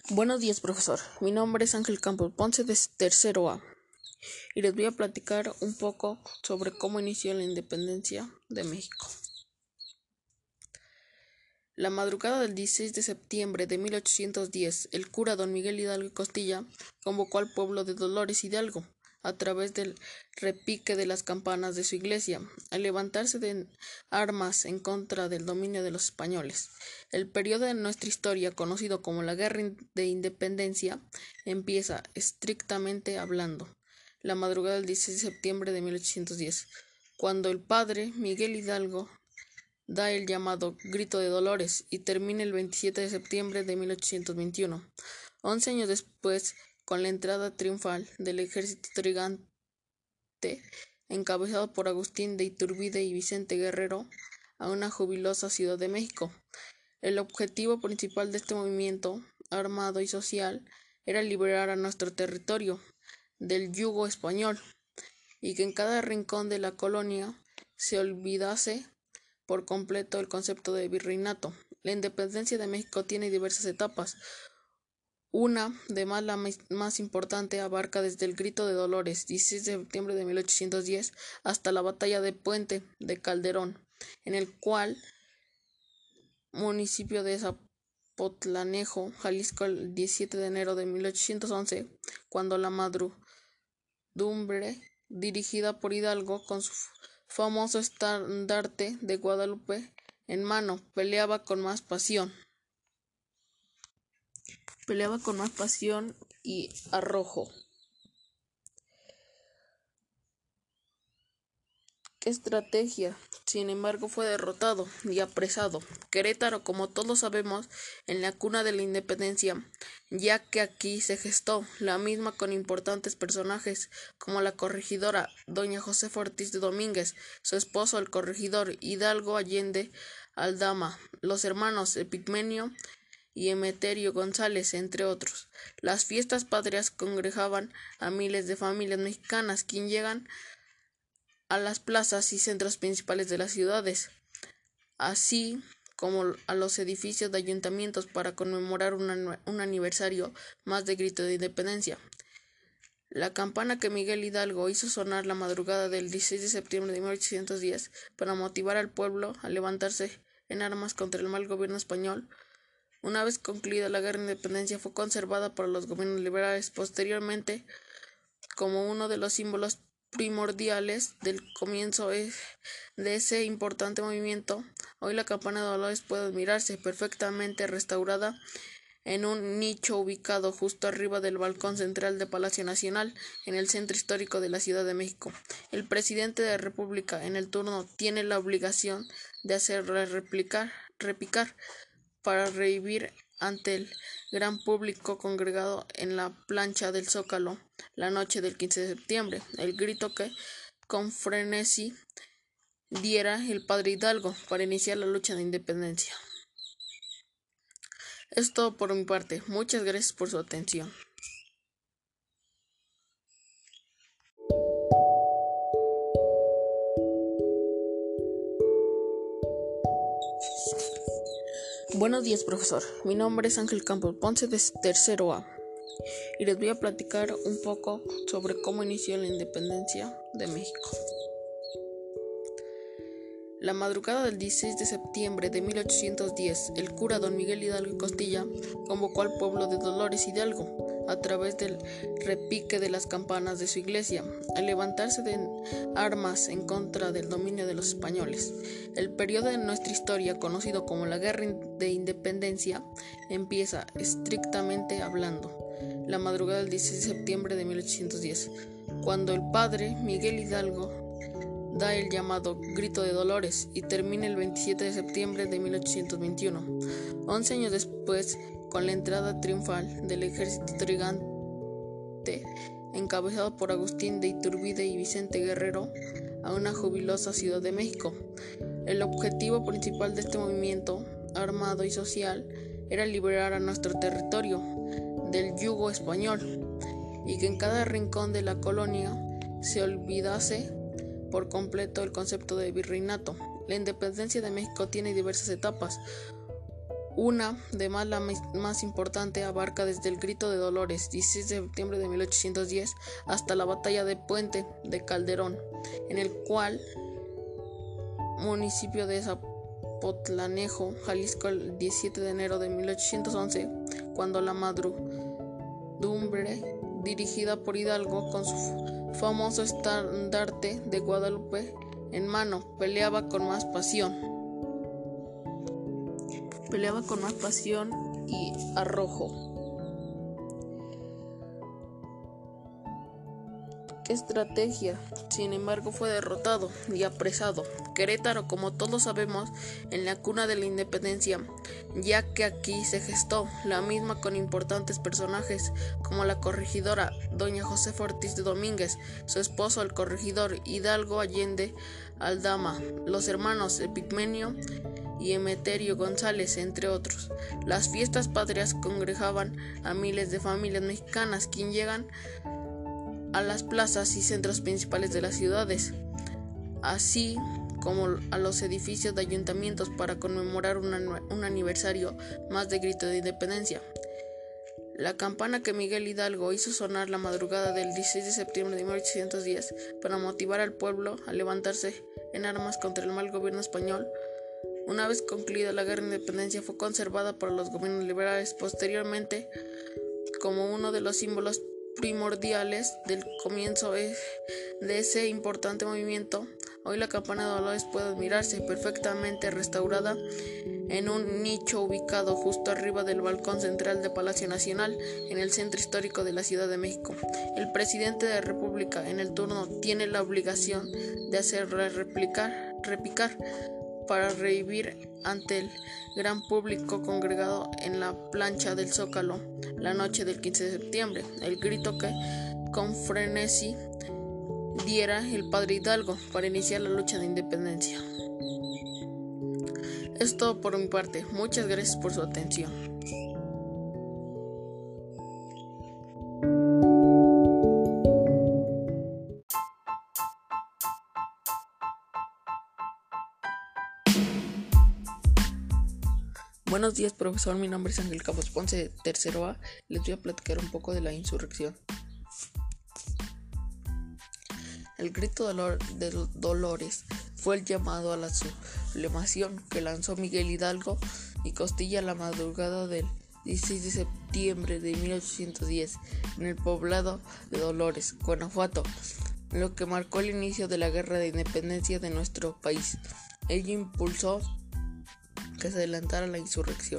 Buenos días, profesor. Mi nombre es Ángel Campos Ponce de tercero A y les voy a platicar un poco sobre cómo inició la independencia de México. La madrugada del 16 de septiembre de 1810, el cura don Miguel Hidalgo y Costilla convocó al pueblo de Dolores Hidalgo a través del repique de las campanas de su iglesia, a levantarse de armas en contra del dominio de los españoles. El periodo de nuestra historia, conocido como la Guerra de Independencia, empieza, estrictamente hablando, la madrugada del 16 de septiembre de 1810, cuando el padre Miguel Hidalgo da el llamado Grito de Dolores y termina el 27 de septiembre de 1821. 11 años después, con la entrada triunfal del ejército trigante encabezado por Agustín de Iturbide y Vicente Guerrero a una jubilosa Ciudad de México. El objetivo principal de este movimiento armado y social era liberar a nuestro territorio del yugo español y que en cada rincón de la colonia se olvidase por completo el concepto de virreinato. La independencia de México tiene diversas etapas. Una, de la más importante, abarca desde el Grito de Dolores, 16 de septiembre de 1810, hasta la batalla de Puente de Calderón, en el cual municipio de Zapotlanejo, Jalisco, el 17 de enero de 1811, cuando la madrugada, dirigida por Hidalgo con su famoso estandarte de Guadalupe en mano, peleaba con más pasión y arrojo. ¿Qué estrategia? Sin embargo, fue derrotado y apresado. Querétaro, como todos sabemos, en la cuna de la independencia, ya que aquí se gestó la misma con importantes personajes como la corregidora doña Josefa Ortiz de Domínguez, su esposo el corregidor Hidalgo Allende Aldama, los hermanos Epigmenio y Emeterio González, entre otros. Las fiestas patrias congregaban a miles de familias mexicanas, quien llegan a las plazas y centros principales de las ciudades, así como a los edificios de ayuntamientos para conmemorar un aniversario más de Grito de Independencia. La campana que Miguel Hidalgo hizo sonar la madrugada del 16 de septiembre de 1810 para motivar al pueblo a levantarse en armas contra el mal gobierno español. Una vez concluida la guerra de independencia, fue conservada por los gobiernos liberales posteriormente como uno de los símbolos primordiales del comienzo de ese importante movimiento. Hoy la campana de Dolores puede admirarse perfectamente restaurada en un nicho ubicado justo arriba del balcón central de Palacio Nacional, en el centro histórico de la Ciudad de México. El presidente de la República en el turno tiene la obligación de hacerla repicar para revivir ante el gran público congregado en la plancha del Zócalo la noche del 15 de septiembre, el grito que con frenesí diera el padre Hidalgo para iniciar la lucha de independencia. Es todo por mi parte. Muchas gracias por su atención. Buenos días, profesor. Mi nombre es Ángel Campos Ponce de tercero A y les voy a platicar un poco sobre cómo inició la independencia de México. La madrugada del 16 de septiembre de 1810, el cura don Miguel Hidalgo y Costilla convocó al pueblo de Dolores Hidalgo a través del repique de las campanas de su iglesia, a levantarse de armas en contra del dominio de los españoles. El periodo de nuestra historia, conocido como la Guerra de Independencia, empieza, estrictamente hablando, la madrugada del 16 de septiembre de 1810, cuando el padre Miguel Hidalgo da el llamado Grito de Dolores y termina el 27 de septiembre de 1821. 11 años después, con la entrada triunfal del ejército trigante encabezado por Agustín de Iturbide y Vicente Guerrero a una jubilosa Ciudad de México. El objetivo principal de este movimiento armado y social era liberar a nuestro territorio del yugo español y que en cada rincón de la colonia se olvidase por completo el concepto de virreinato. La independencia de México tiene diversas etapas. Una, de la más importante, abarca desde el Grito de Dolores, 16 de septiembre de 1810, hasta la batalla de Puente de Calderón, en el cual municipio de Zapotlanejo, Jalisco, el 17 de enero de 1811, cuando la muchedumbre dirigida por Hidalgo con su famoso estandarte de Guadalupe en mano peleaba con más pasión y arrojo. ¿Qué estrategia? Sin embargo, fue derrotado y apresado. Querétaro, como todos sabemos, en la cuna de la independencia, ya que aquí se gestó, la misma con importantes personajes como la corregidora doña Josefa Ortiz de Domínguez, su esposo el corregidor Hidalgo Allende Aldama, los hermanos Epigmenio y Emeterio González, entre otros. Las fiestas patrias congregaban a miles de familias mexicanas, quien llegan a las plazas y centros principales de las ciudades, así como a los edificios de ayuntamientos para conmemorar un aniversario más de Grito de Independencia. La campana que Miguel Hidalgo hizo sonar la madrugada del 16 de septiembre de 1810 para motivar al pueblo a levantarse en armas contra el mal gobierno español. Una vez concluida la guerra de independencia, fue conservada por los gobiernos liberales posteriormente como uno de los símbolos primordiales del comienzo de ese importante movimiento. Hoy la campana de Dolores puede admirarse perfectamente restaurada en un nicho ubicado justo arriba del balcón central de Palacio Nacional, en el centro histórico de la Ciudad de México. El presidente de la República en el turno tiene la obligación de hacerla repicar para revivir ante el gran público congregado en la plancha del Zócalo la noche del 15 de septiembre, el grito que con frenesí diera el padre Hidalgo para iniciar la lucha de independencia. Es todo por mi parte. Muchas gracias por su atención. Buenos días, profesor. Mi nombre es Ángel Campos Ponce, de tercero A. Les voy a platicar un poco de la insurrección. El grito de Dolores fue el llamado a la sublevación que lanzó Miguel Hidalgo y Costilla la madrugada del 16 de septiembre de 1810 en el poblado de Dolores, Guanajuato, lo que marcó el inicio de la guerra de independencia de nuestro país. Ello impulsó que se adelantara la insurrección.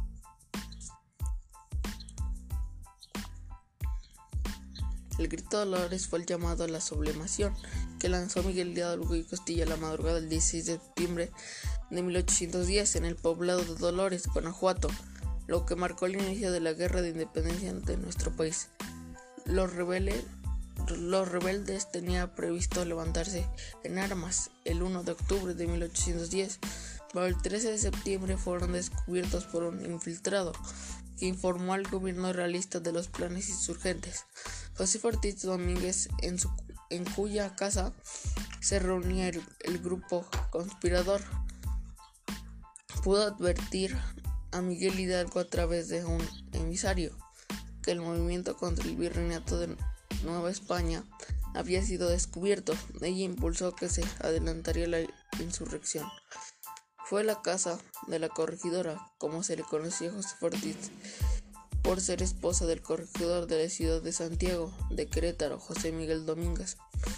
El grito de Dolores fue el llamado a la sublevación que lanzó Miguel Hidalgo y Costilla la madrugada del 16 de septiembre de 1810 en el poblado de Dolores, Guanajuato, lo que marcó el inicio de la guerra de independencia de nuestro país. Los rebeldes tenían previsto levantarse en armas el 1 de octubre de 1810, pero el 13 de septiembre fueron descubiertos por un infiltrado que informó al gobierno realista de los planes insurgentes. Josefa Ortiz Domínguez, en cuya casa se reunía el grupo conspirador, pudo advertir a Miguel Hidalgo a través de un emisario que el movimiento contra el virreinato de Nueva España había sido descubierto. Ella impulsó que se adelantaría la insurrección. Fue la casa de la corregidora, como se le conocía a Josefa Ortiz, por ser esposa del corregidor de la ciudad de Santiago de Querétaro, José Miguel Domínguez,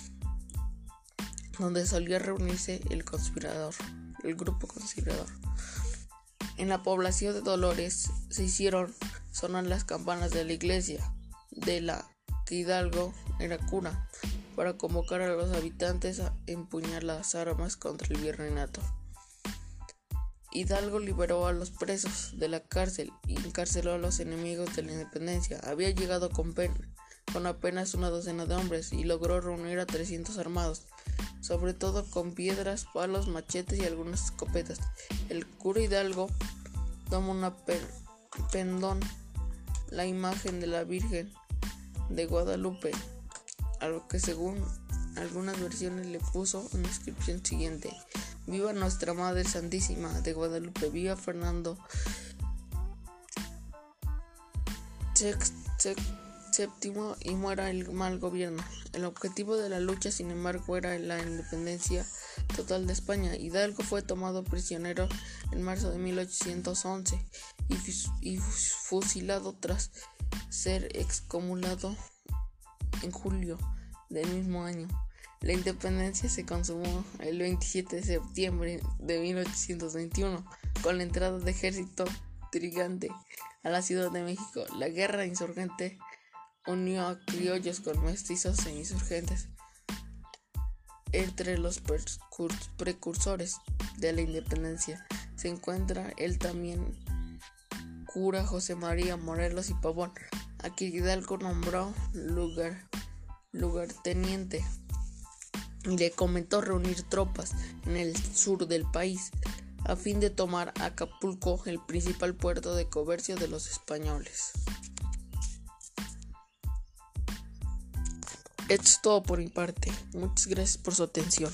donde solía reunirse el grupo conspirador. En la población de Dolores se hicieron sonar las campanas de la iglesia de la que Hidalgo era cura, para convocar a los habitantes a empuñar las armas contra el virreinato. Hidalgo liberó a los presos de la cárcel y encarceló a los enemigos de la independencia. Había llegado con apenas una docena de hombres y logró reunir a 300 armados, sobre todo con piedras, palos, machetes y algunas escopetas. El cura Hidalgo tomó una pendón, la imagen de la Virgen de Guadalupe, a lo que según algunas versiones le puso una inscripción siguiente: Viva Nuestra Madre Santísima de Guadalupe, viva Fernando Séptimo y muera el mal gobierno. El objetivo de la lucha, sin embargo, era la independencia total de España. Hidalgo fue tomado prisionero en marzo de 1811 y fusilado tras ser excomulgado en julio del mismo año. La independencia se consumó el 27 de septiembre de 1821 con la entrada de ejército trigante a la Ciudad de México. La guerra insurgente unió a criollos con mestizos e insurgentes. Entre los precursores de la independencia se encuentra el también cura José María Morelos y Pavón, a quien Hidalgo nombró lugarteniente y le comentó reunir tropas en el sur del país a fin de tomar Acapulco, el principal puerto de comercio de los españoles. Esto es todo por mi parte. Muchas gracias por su atención.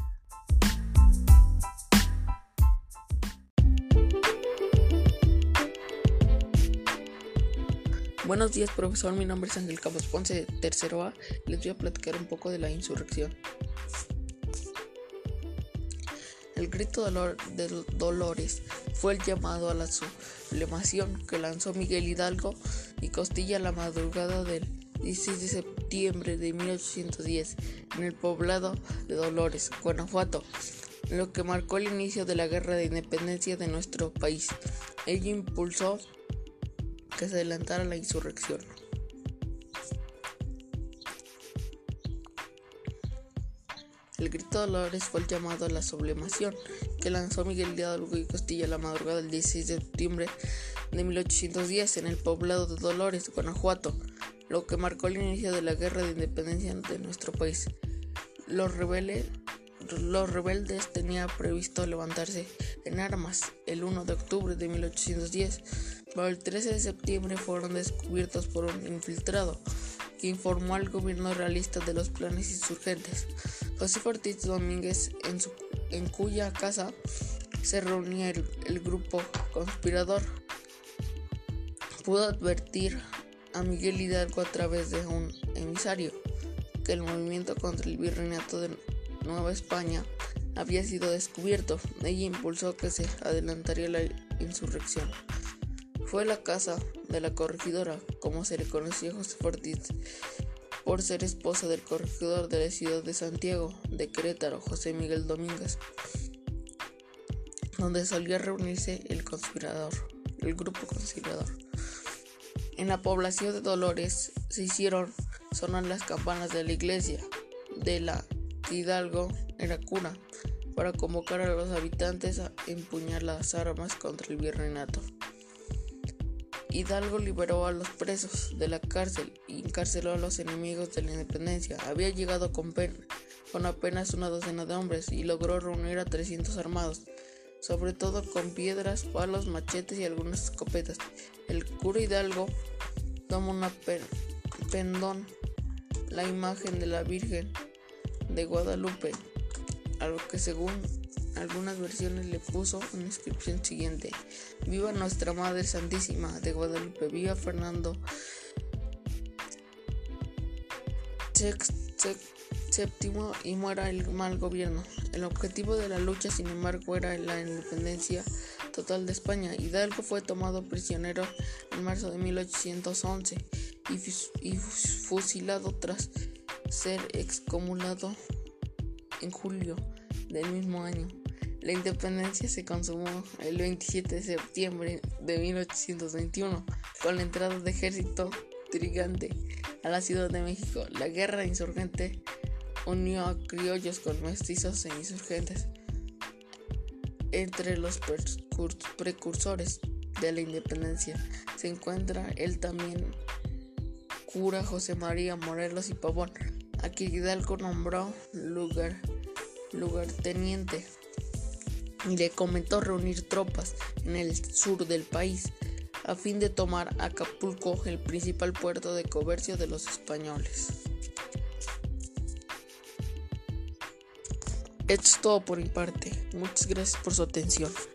Buenos días, profesor. Mi nombre es Ángel Campos Ponce, de tercero A. Les voy a platicar un poco de la insurrección. El grito de Dolores fue el llamado a la sublevación que lanzó Miguel Hidalgo y Costilla la madrugada del 16 de septiembre de 1810 en el poblado de Dolores, Guanajuato, lo que marcó el inicio de la guerra de independencia de nuestro país. Ello impulsó que se adelantara la insurrección. El grito de Dolores fue el llamado a la sublevación que lanzó Miguel Hidalgo y Costilla la madrugada del 16 de septiembre de 1810 en el poblado de Dolores, Guanajuato, lo que marcó el inicio de la guerra de independencia de nuestro país. Los rebeldes tenían previsto levantarse en armas el 1 de octubre de 1810, pero el 13 de septiembre fueron descubiertos por un infiltrado que informó al gobierno realista de los planes insurgentes. José Ortiz Domínguez, en cuya casa se reunía el grupo conspirador, pudo advertir a Miguel Hidalgo a través de un emisario que el movimiento contra el virreinato de Nueva España había sido descubierto. Ella impulsó que se adelantaría la insurrección. Fue la casa de la corregidora, como se le conocía a José Ortiz, por ser esposa del corregidor de la ciudad de Santiago de Querétaro, José Miguel Domínguez, donde solía reunirse el grupo conspirador. En la población de Dolores se hicieron sonar las campanas de la iglesia de la que Hidalgo era cura, para convocar a los habitantes a empuñar las armas contra el virreinato. Hidalgo liberó a los presos de la cárcel y encarceló a los enemigos de la independencia. Había llegado con apenas una docena de hombres y logró reunir a 300 armados, sobre todo con piedras, palos, machetes y algunas escopetas. El cura Hidalgo tomó una pendón, la imagen de la Virgen de Guadalupe, a lo que según algunas versiones le puso una inscripción siguiente: Viva Nuestra Madre Santísima de Guadalupe, viva Fernando VII y muera el mal gobierno. El objetivo de la lucha, sin embargo, era la independencia total de España. Hidalgo fue tomado prisionero en marzo de 1811 y fusilado tras ser excomulgado en julio del mismo año. La independencia se consumó el 27 de septiembre de 1821 con la entrada de ejército trigante a la Ciudad de México. La guerra insurgente unió a criollos con mestizos e insurgentes. Entre los precursores de la independencia se encuentra el también cura José María Morelos y Pavón, a quien Hidalgo nombró lugarteniente y le comentó reunir tropas en el sur del país a fin de tomar Acapulco, el principal puerto de comercio de los españoles. Esto es todo por mi parte. Muchas gracias por su atención.